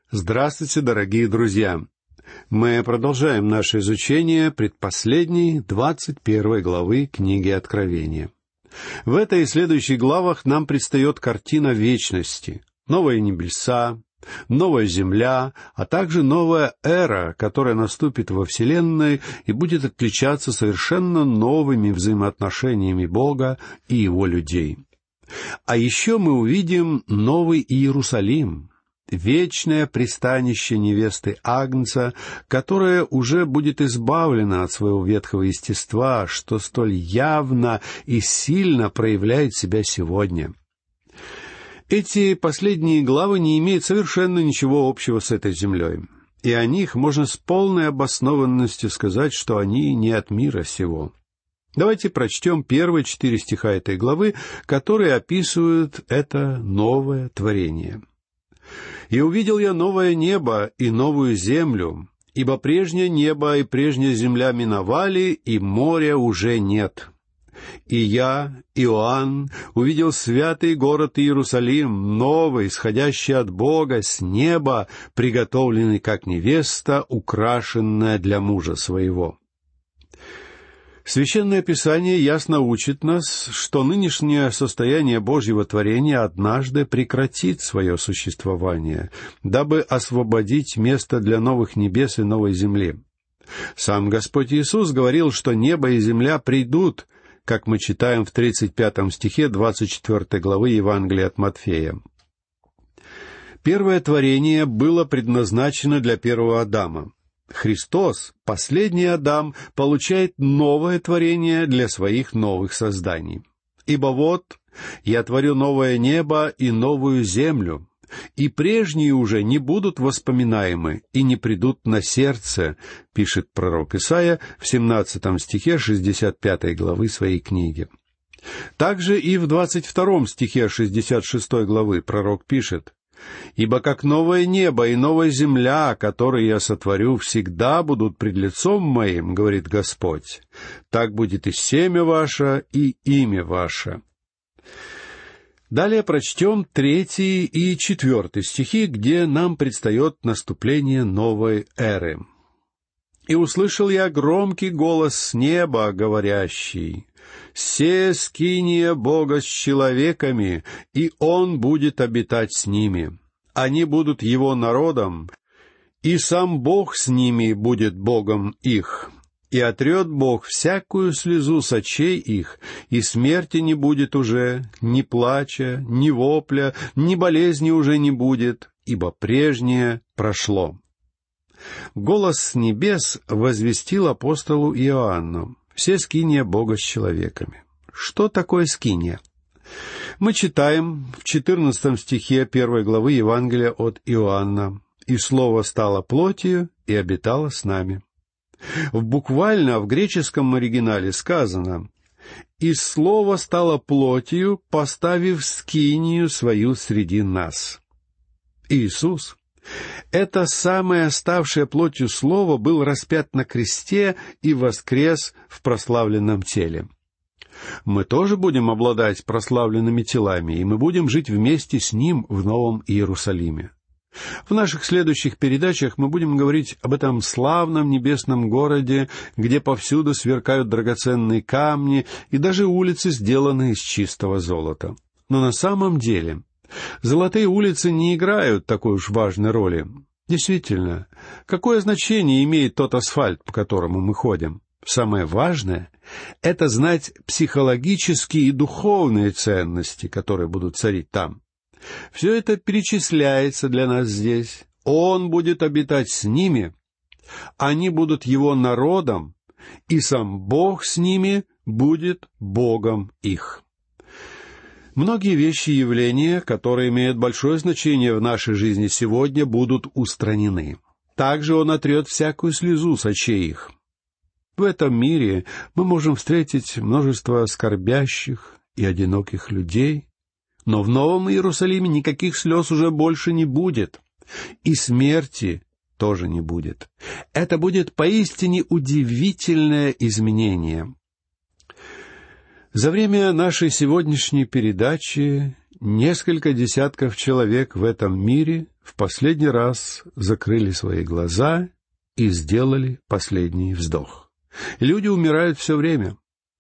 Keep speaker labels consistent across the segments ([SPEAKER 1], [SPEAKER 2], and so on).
[SPEAKER 1] Здравствуйте, дорогие друзья! Мы продолжаем наше изучение предпоследней, 21 главы книги Откровения. В этой и следующих главах нам предстает картина вечности, новые небеса, новая земля, а также новая эра, которая наступит во Вселенной и будет отличаться совершенно новыми взаимоотношениями Бога и Его людей. А еще мы увидим Новый Иерусалим, вечное пристанище невесты Агнца, которая уже будет избавлена от своего ветхого естества, что столь явно и сильно проявляет себя сегодня. Эти последние главы не имеют совершенно ничего общего с этой землей, и о них можно с полной обоснованностью сказать, что они не от мира сего. Давайте прочтем первые 4 стиха этой главы, которые описывают это новое творение. «И увидел я новое небо и новую землю, ибо прежнее небо и прежняя земля миновали, и моря уже нет. И я, Иоанн, увидел святый город Иерусалим, новый, исходящий от Бога, с неба, приготовленный как невеста, украшенная для мужа своего». Священное Писание ясно учит нас, что нынешнее состояние Божьего творения однажды прекратит свое существование, дабы освободить место для новых небес и новой земли. Сам Господь Иисус говорил, что небо и земля придут, как мы читаем в 35 стихе 24 главы Евангелия от Матфея. Первое творение было предназначено для первого Адама. Христос, последний Адам, получает новое творение для своих новых созданий. «Ибо вот, я творю новое небо и новую землю, и прежние уже не будут воспоминаемы и не придут на сердце», пишет пророк Исаия в 17 стихе 65 главы своей книги. Также и в 22 стихе 66 главы пророк пишет: «Ибо как новое небо и новая земля, которые я сотворю, всегда будут пред лицом моим, говорит Господь, так будет и семя ваше, и имя ваше». Далее прочтем 3 и 4 стихи, где нам предстает наступление новой эры. «И услышал я громкий голос с неба, говорящий: «Се скиния Бога с человеками, и Он будет обитать с ними. Они будут Его народом, и сам Бог с ними будет Богом их. И отрет Бог всякую слезу с очей их, и смерти не будет уже, ни плача, ни вопля, ни болезни уже не будет, ибо прежнее прошло». Голос с небес возвестил апостолу Иоанну: «Се скиния Бога с человеками». Что такое скиния? Мы читаем в 14 стихе 1 главы Евангелия от Иоанна: «И Слово стало плотью и обитало с нами». Буквально в греческом оригинале сказано: «И Слово стало плотью, поставив скинию свою среди нас». Иисус, это самое ставшее плотью Слово, был распят на кресте и воскрес в прославленном теле. Мы тоже будем обладать прославленными телами, и мы будем жить вместе с Ним в Новом Иерусалиме. В наших следующих передачах мы будем говорить об этом славном небесном городе, где повсюду сверкают драгоценные камни, и даже улицы сделаны из чистого золота. Но на самом деле золотые улицы не играют такой уж важной роли. Действительно, какое значение имеет тот асфальт, по которому мы ходим? Самое важное — это знать психологические и духовные ценности, которые будут царить там. Все это перечисляется для нас здесь. Он будет обитать с ними, они будут Его народом, и сам Бог с ними будет Богом их. Многие вещи и явления, которые имеют большое значение в нашей жизни сегодня, будут устранены. Также Он отрет всякую слезу с очей их. В этом мире мы можем встретить множество скорбящих и одиноких людей, но в Новом Иерусалиме никаких слез уже больше не будет, и смерти тоже не будет. Это будет поистине удивительное изменение. За время нашей сегодняшней передачи несколько десятков человек в этом мире в последний раз закрыли свои глаза и сделали последний вздох. Люди умирают все время.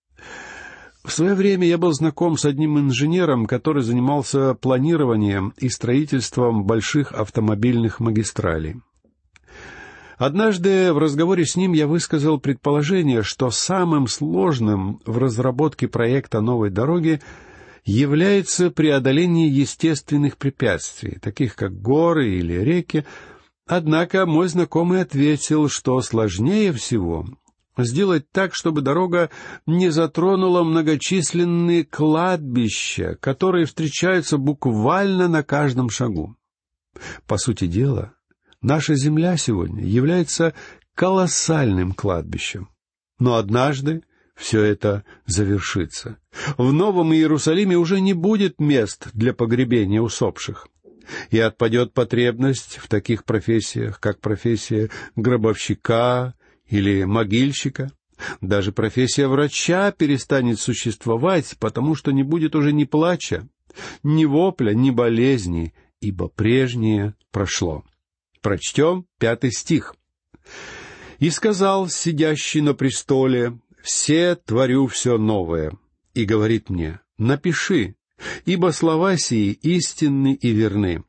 [SPEAKER 1] В свое время я был знаком с одним инженером, который занимался планированием и строительством больших автомобильных магистралей. Однажды в разговоре с ним я высказал предположение, что самым сложным в разработке проекта новой дороги является преодоление естественных препятствий, таких как горы или реки. Однако мой знакомый ответил, что сложнее всего сделать так, чтобы дорога не затронула многочисленные кладбища, которые встречаются буквально на каждом шагу. По сути дела, наша земля сегодня является колоссальным кладбищем. Но однажды все это завершится. В Новом Иерусалиме уже не будет мест для погребения усопших. И отпадет потребность в таких профессиях, как профессия гробовщика или могильщика. Даже профессия врача перестанет существовать, потому что не будет уже ни плача, ни вопля, ни болезни, ибо прежнее прошло. Прочтем 5 стих. «И сказал сидящий на престоле: все творю все новое. И говорит мне: напиши, ибо слова сии истинны и верны».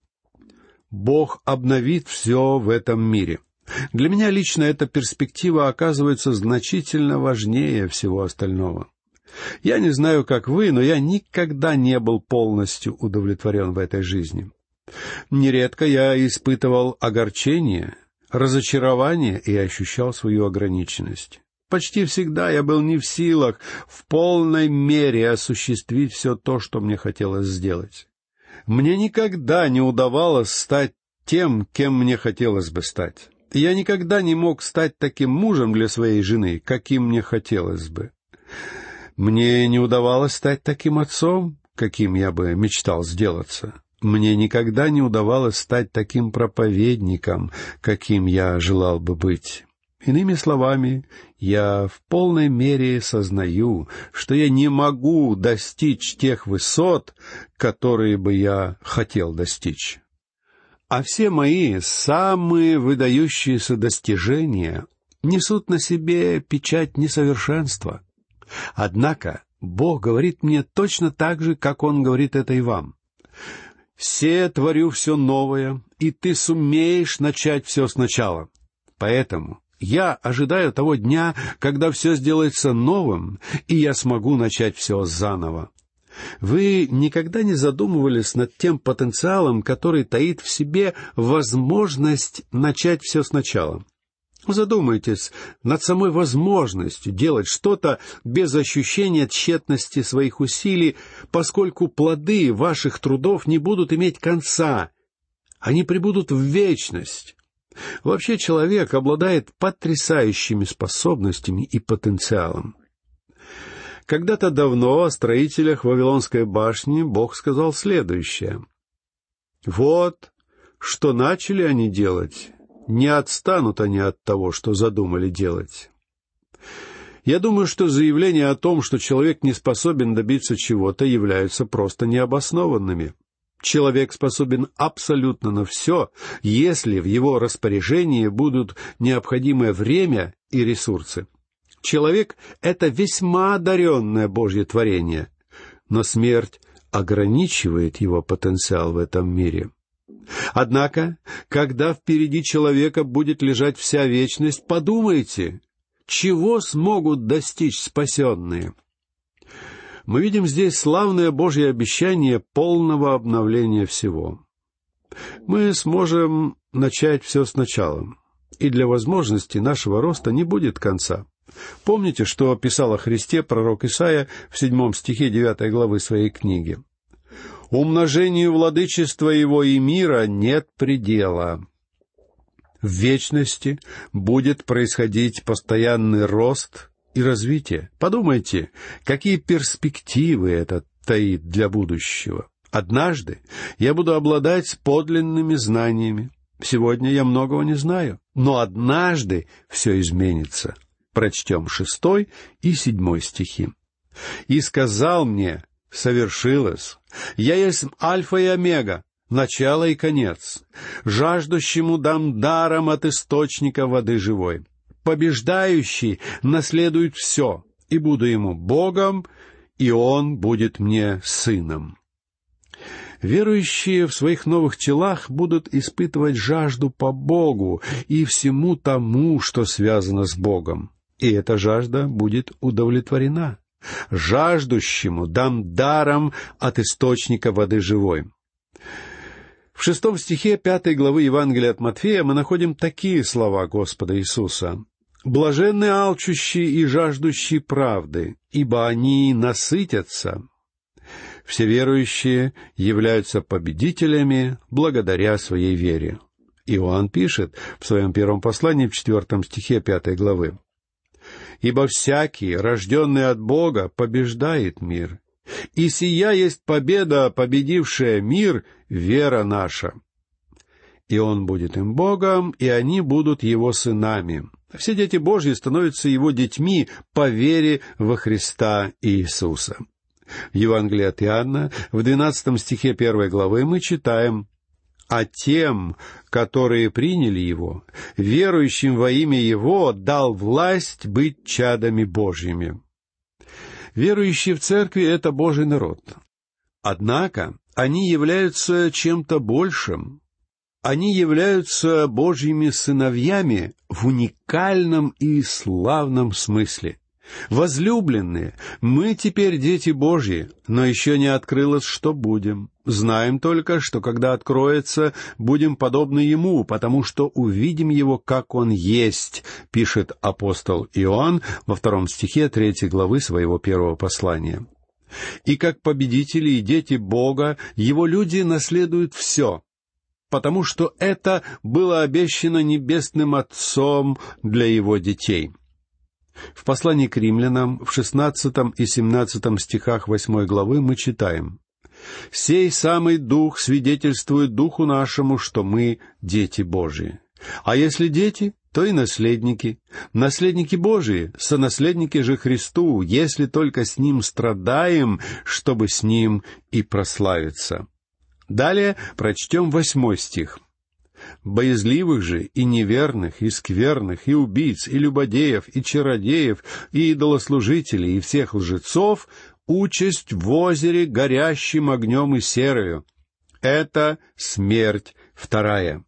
[SPEAKER 1] Бог обновит все в этом мире. Для меня лично эта перспектива оказывается значительно важнее всего остального. Я не знаю, как вы, но я никогда не был полностью удовлетворен в этой жизни. Нередко я испытывал огорчение, разочарование и ощущал свою ограниченность. Почти всегда я был не в силах в полной мере осуществить все то, что мне хотелось сделать. Мне никогда не удавалось стать тем, кем мне хотелось бы стать. Я никогда не мог стать таким мужем для своей жены, каким мне хотелось бы. Мне не удавалось стать таким отцом, каким я бы мечтал сделаться. Мне никогда не удавалось стать таким проповедником, каким я желал бы быть. Иными словами, я в полной мере сознаю, что я не могу достичь тех высот, которые бы я хотел достичь. А все мои самые выдающиеся достижения несут на себе печать несовершенства. Однако Бог говорит мне точно так же, как Он говорит это и вам. «Все творю все новое, и ты сумеешь начать все сначала». Поэтому я ожидаю того дня, когда все сделается новым, и я смогу начать все заново. Вы никогда не задумывались над тем потенциалом, который таит в себе возможность начать все сначала? Задумайтесь над самой возможностью делать что-то без ощущения тщетности своих усилий, поскольку плоды ваших трудов не будут иметь конца. Они пребудут в вечность. Вообще человек обладает потрясающими способностями и потенциалом. Когда-то давно о строителях Вавилонской башни Бог сказал следующее: «Вот, что начали они делать, не отстанут они от того, что задумали делать». Я думаю, что заявления о том, что человек не способен добиться чего-то, являются просто необоснованными. Человек способен абсолютно на все, если в его распоряжении будут необходимое время и ресурсы. Человек — это весьма одаренное Божье творение, но смерть ограничивает его потенциал в этом мире. Однако, когда впереди человека будет лежать вся вечность, подумайте, чего смогут достичь спасенные? Мы видим здесь славное Божье обещание полного обновления всего. Мы сможем начать все сначала, и для возможности нашего роста не будет конца. Помните, что писал о Христе пророк Исаия в 7 стихе 9 главы своей книги? «Умножению владычества Его и мира нет предела». В вечности будет происходить постоянный рост и развитие. Подумайте, какие перспективы это таит для будущего. Однажды я буду обладать подлинными знаниями. Сегодня я многого не знаю, но однажды все изменится. Прочтем 6 и 7 стихи. «И сказал мне: совершилось. Я есть Альфа и Омега, начало и конец. Жаждущему дам даром от источника воды живой. Побеждающий наследует все, и буду ему Богом, и он будет мне сыном». Верующие в своих новых телах будут испытывать жажду по Богу и всему тому, что связано с Богом. И эта жажда будет удовлетворена. Жаждущему дам даром от источника воды живой. В 6 стихе 5 главы Евангелия от Матфея мы находим такие слова Господа Иисуса: «Блаженны алчущие и жаждущие правды, ибо они насытятся». Все верующие являются победителями благодаря своей вере. Иоанн пишет в своем первом послании в 4 стихе 5 главы: «Ибо всякий, рожденный от Бога, побеждает мир. И сия есть победа, победившая мир, вера наша. И Он будет им Богом, и они будут Его сынами». Все дети Божьи становятся Его детьми по вере во Христа Иисуса. В Евангелии от Иоанна, в 12 стихе 1 главы мы читаем: «А тем, которые приняли Его, верующим во имя Его, дал власть быть чадами Божьими». Верующие в церкви — это Божий народ. Однако они являются чем-то большим. Они являются Божьими сыновьями в уникальном и славном смысле. Возлюбленные, мы теперь дети Божьи, но еще не открылось, что будем. Знаем только, что когда откроется, будем подобны Ему, потому что увидим Его, как Он есть, пишет апостол Иоанн во 2 стихе 3 главы своего 1 послания. И как победители и дети Бога, Его люди наследуют все, потому что это было обещано Небесным Отцом для Его детей. В послании к римлянам, в 16 и 17 стихах 8 главы мы читаем: «Сей самый Дух свидетельствует Духу нашему, что мы дети Божии. А если дети, то и наследники. Наследники Божии, сонаследники же Христу, если только с Ним страдаем, чтобы с Ним и прославиться». Далее прочтем 8 стих. «Боязливых же и неверных, и скверных, и убийц, и любодеев, и чародеев, и идолослужителей, и всех лжецов участь в озере горящим огнем и серою. Это смерть вторая».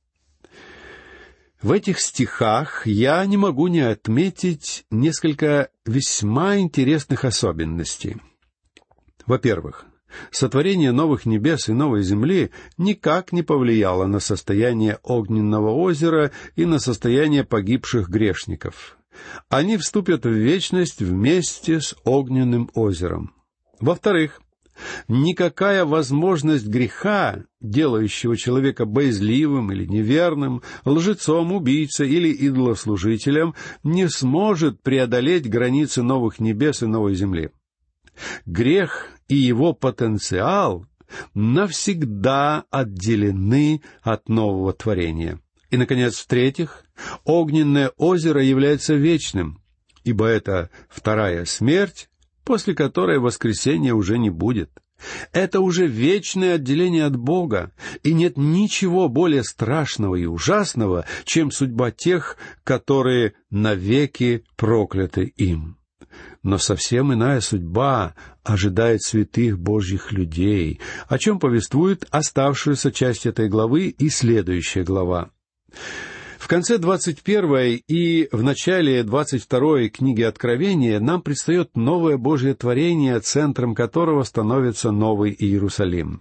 [SPEAKER 1] В этих стихах я не могу не отметить несколько весьма интересных особенностей. Во-первых, сотворение новых небес и новой земли никак не повлияло на состояние огненного озера и на состояние погибших грешников. Они вступят в вечность вместе с огненным озером. Во-вторых, никакая возможность греха, делающего человека боязливым или неверным, лжецом, убийцей или идолослужителем, не сможет преодолеть границы новых небес и новой земли. Грех и его потенциал навсегда отделены от нового творения. И, наконец, в-третьих, огненное озеро является вечным, ибо это вторая смерть, после которой воскресения уже не будет. Это уже вечное отделение от Бога, и нет ничего более страшного и ужасного, чем судьба тех, которые навеки прокляты им. Но совсем иная судьба ожидает святых Божьих людей, о чем повествует оставшаяся часть этой главы и следующая глава. В конце 21 и в начале 22 книги Откровения нам предстает новое Божье творение, центром которого становится Новый Иерусалим.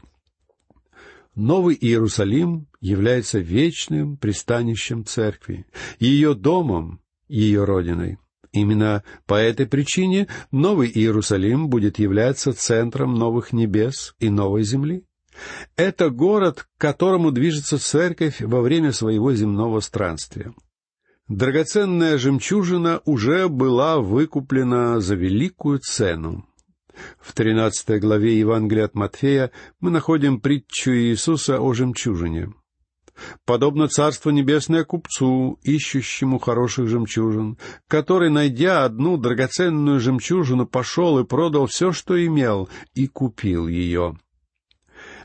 [SPEAKER 1] Новый Иерусалим является вечным пристанищем Церкви, ее домом, ее родиной. Именно по этой причине Новый Иерусалим будет являться центром новых небес и новой земли. Это город, к которому движется Церковь во время своего земного странствия. Драгоценная жемчужина уже была выкуплена за великую цену. В 13 главе Евангелия от Матфея мы находим притчу Иисуса о жемчужине. «Подобно Царство Небесное купцу, ищущему хороших жемчужин, который, найдя одну драгоценную жемчужину, пошел и продал все, что имел, и купил ее».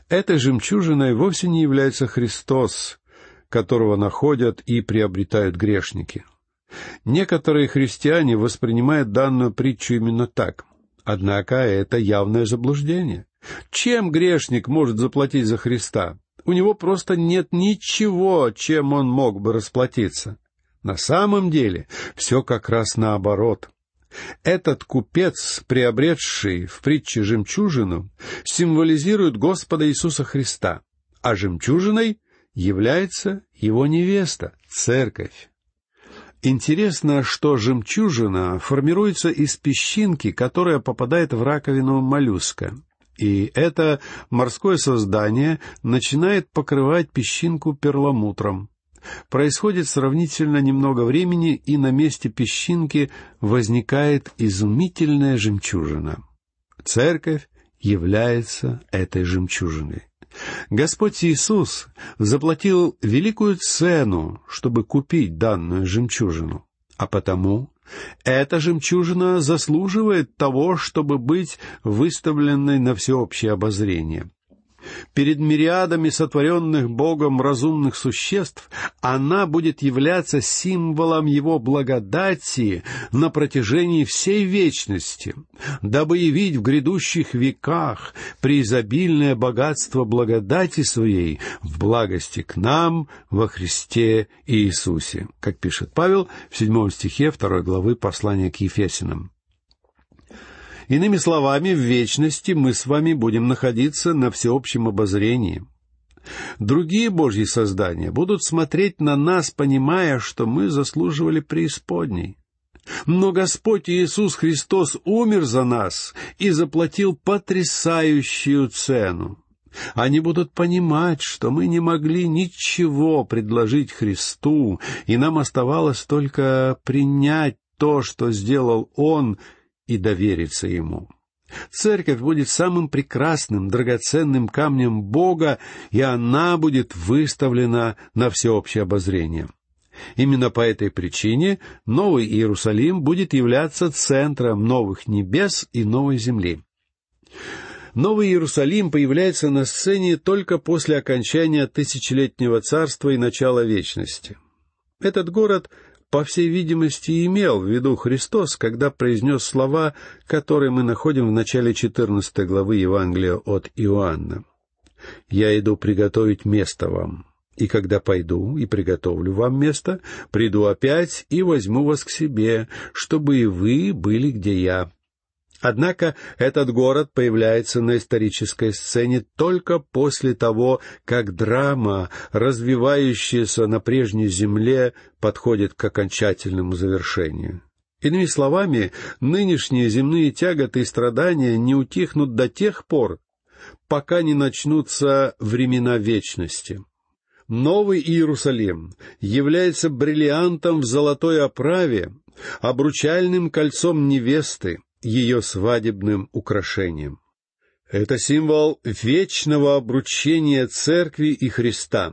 [SPEAKER 1] Этой жемчужиной вовсе не является Христос, которого находят и приобретают грешники. Некоторые христиане воспринимают данную притчу именно так. Однако это явное заблуждение. Чем грешник может заплатить за Христа? У него просто нет ничего, чем он мог бы расплатиться. На самом деле все как раз наоборот. Этот купец, приобретший в притче жемчужину, символизирует Господа Иисуса Христа, а жемчужиной является его невеста, церковь. Интересно, что жемчужина формируется из песчинки, которая попадает в раковину моллюска. И это морское создание начинает покрывать песчинку перламутром. Происходит сравнительно немного времени, и на месте песчинки возникает изумительная жемчужина. Церковь является этой жемчужиной. Господь Иисус заплатил великую цену, чтобы купить данную жемчужину, а потому эта жемчужина заслуживает того, чтобы быть выставленной на всеобщее обозрение. Перед мириадами сотворенных Богом разумных существ она будет являться символом Его благодати на протяжении всей вечности, дабы явить в грядущих веках преизобильное богатство благодати Своей в благости к нам во Христе Иисусе, как пишет Павел в 7 стихе 2 главы послания к Ефесянам. Иными словами, в вечности мы с вами будем находиться на всеобщем обозрении. Другие Божьи создания будут смотреть на нас, понимая, что мы заслуживали преисподней. Но Господь Иисус Христос умер за нас и заплатил потрясающую цену. Они будут понимать, что мы не могли ничего предложить Христу, и нам оставалось только принять то, что сделал Он, и довериться Ему. Церковь будет самым прекрасным, драгоценным камнем Бога, и она будет выставлена на всеобщее обозрение. Именно по этой причине Новый Иерусалим будет являться центром новых небес и новой земли. Новый Иерусалим появляется на сцене только после окончания тысячелетнего царства и начала вечности. Этот город, по всей видимости, имел в виду Христос, когда произнес слова, которые мы находим в начале 14 главы Евангелия от Иоанна. «Я иду приготовить место вам, и когда пойду и приготовлю вам место, приду опять и возьму вас к себе, чтобы и вы были, где я». Однако этот город появляется на исторической сцене только после того, как драма, развивающаяся на прежней земле, подходит к окончательному завершению. Иными словами, нынешние земные тяготы и страдания не утихнут до тех пор, пока не начнутся времена вечности. Новый Иерусалим является бриллиантом в золотой оправе, обручальным кольцом невесты, ее свадебным украшением. Это символ вечного обручения Церкви и Христа.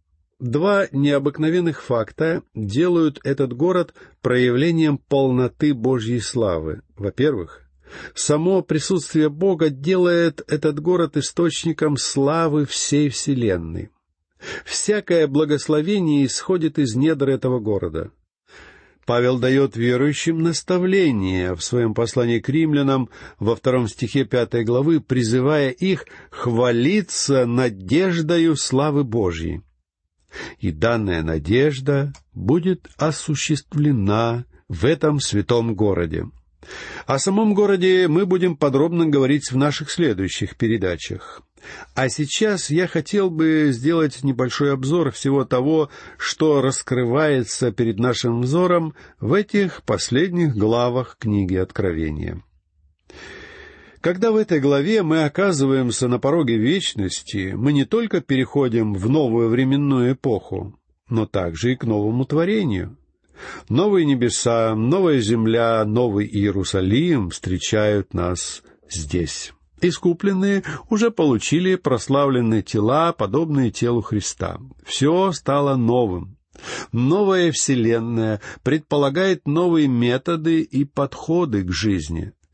[SPEAKER 1] Два необыкновенных факта делают этот город проявлением полноты Божьей славы. Во-первых, само присутствие Бога делает этот город источником славы всей вселенной. Всякое благословение исходит из недр этого города. Павел дает верующим наставление в своем послании к римлянам во 2 стихе 5 главы, призывая их хвалиться надеждою славы Божьей. И данная надежда будет осуществлена в этом святом городе. О самом городе мы будем подробно говорить в наших следующих передачах. А сейчас я хотел бы сделать небольшой обзор всего того, что раскрывается перед нашим взором в этих последних главах книги Откровения. Когда в этой главе мы оказываемся на пороге вечности, мы не только переходим в новую временную эпоху, но также и к новому творению. Новые небеса, новая земля, новый Иерусалим встречают нас здесь. Искупленные уже получили прославленные тела, подобные телу Христа. Все стало новым. Новая вселенная предполагает новые методы и подходы к жизни.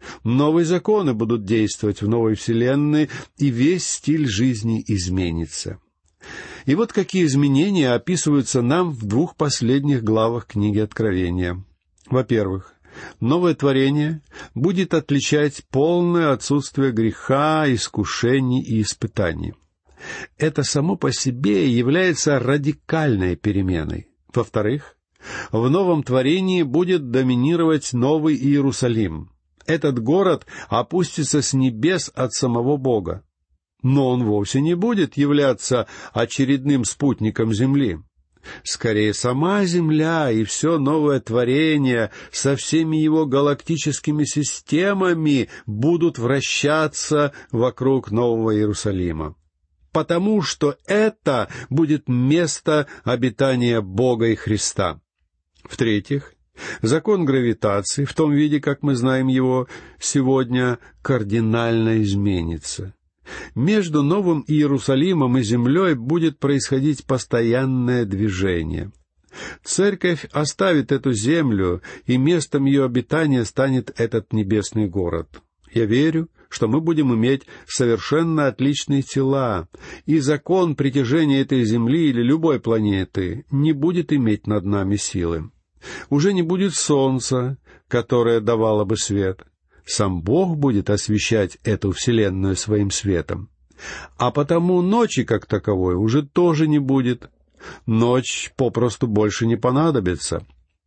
[SPEAKER 1] Новые законы будут действовать в новой вселенной, и весь стиль жизни изменится. И вот какие изменения описываются нам в 2 последних главах книги Откровения. Во-первых, новое творение будет отличать полное отсутствие греха, искушений и испытаний. Это само по себе является радикальной переменой. Во-вторых, в новом творении будет доминировать Новый Иерусалим. Этот город опустится с небес от самого Бога. Но он вовсе не будет являться очередным спутником Земли. Скорее, сама Земля и все новое творение со всеми его галактическими системами будут вращаться вокруг Нового Иерусалима. Потому что это будет место обитания Бога и Христа. В-третьих, закон гравитации, в том виде, как мы знаем его сегодня, кардинально изменится. Между Новым Иерусалимом и землей будет происходить постоянное движение. Церковь оставит эту землю, и местом ее обитания станет этот небесный город. Я верю, что мы будем иметь совершенно отличные тела, и закон притяжения этой земли или любой планеты не будет иметь над нами силы. Уже не будет солнца, которое давало бы свет. Сам Бог будет освещать эту вселенную своим светом. А потому ночи как таковой уже тоже не будет. Ночь попросту больше не понадобится,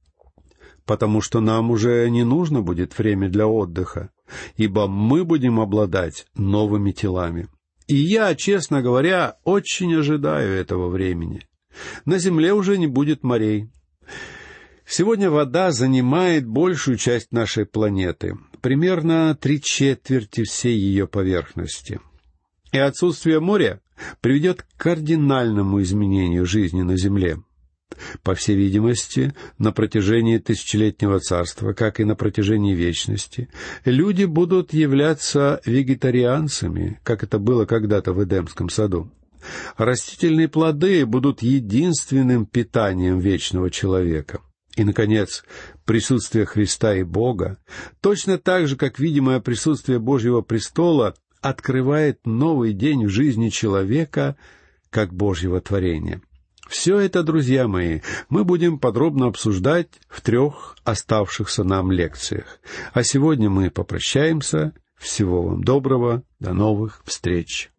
[SPEAKER 1] потому что нам уже не нужно будет время для отдыха, ибо мы будем обладать новыми телами. И я, честно говоря, очень ожидаю этого времени. На земле уже не будет морей. Сегодня вода занимает большую часть нашей планеты, примерно 3/4 всей ее поверхности. И отсутствие моря приведет к кардинальному изменению жизни на Земле. По всей видимости, на протяжении тысячелетнего царства, как и на протяжении вечности, люди будут являться вегетарианцами, как это было когда-то в Эдемском саду. Растительные плоды будут единственным питанием вечного человека. И, наконец, присутствие Христа и Бога, точно так же, как видимое присутствие Божьего престола, открывает новый день в жизни человека, как Божьего творения. Все это, друзья мои, мы будем подробно обсуждать в 3 оставшихся нам лекциях. А сегодня мы попрощаемся. Всего вам доброго. До новых встреч.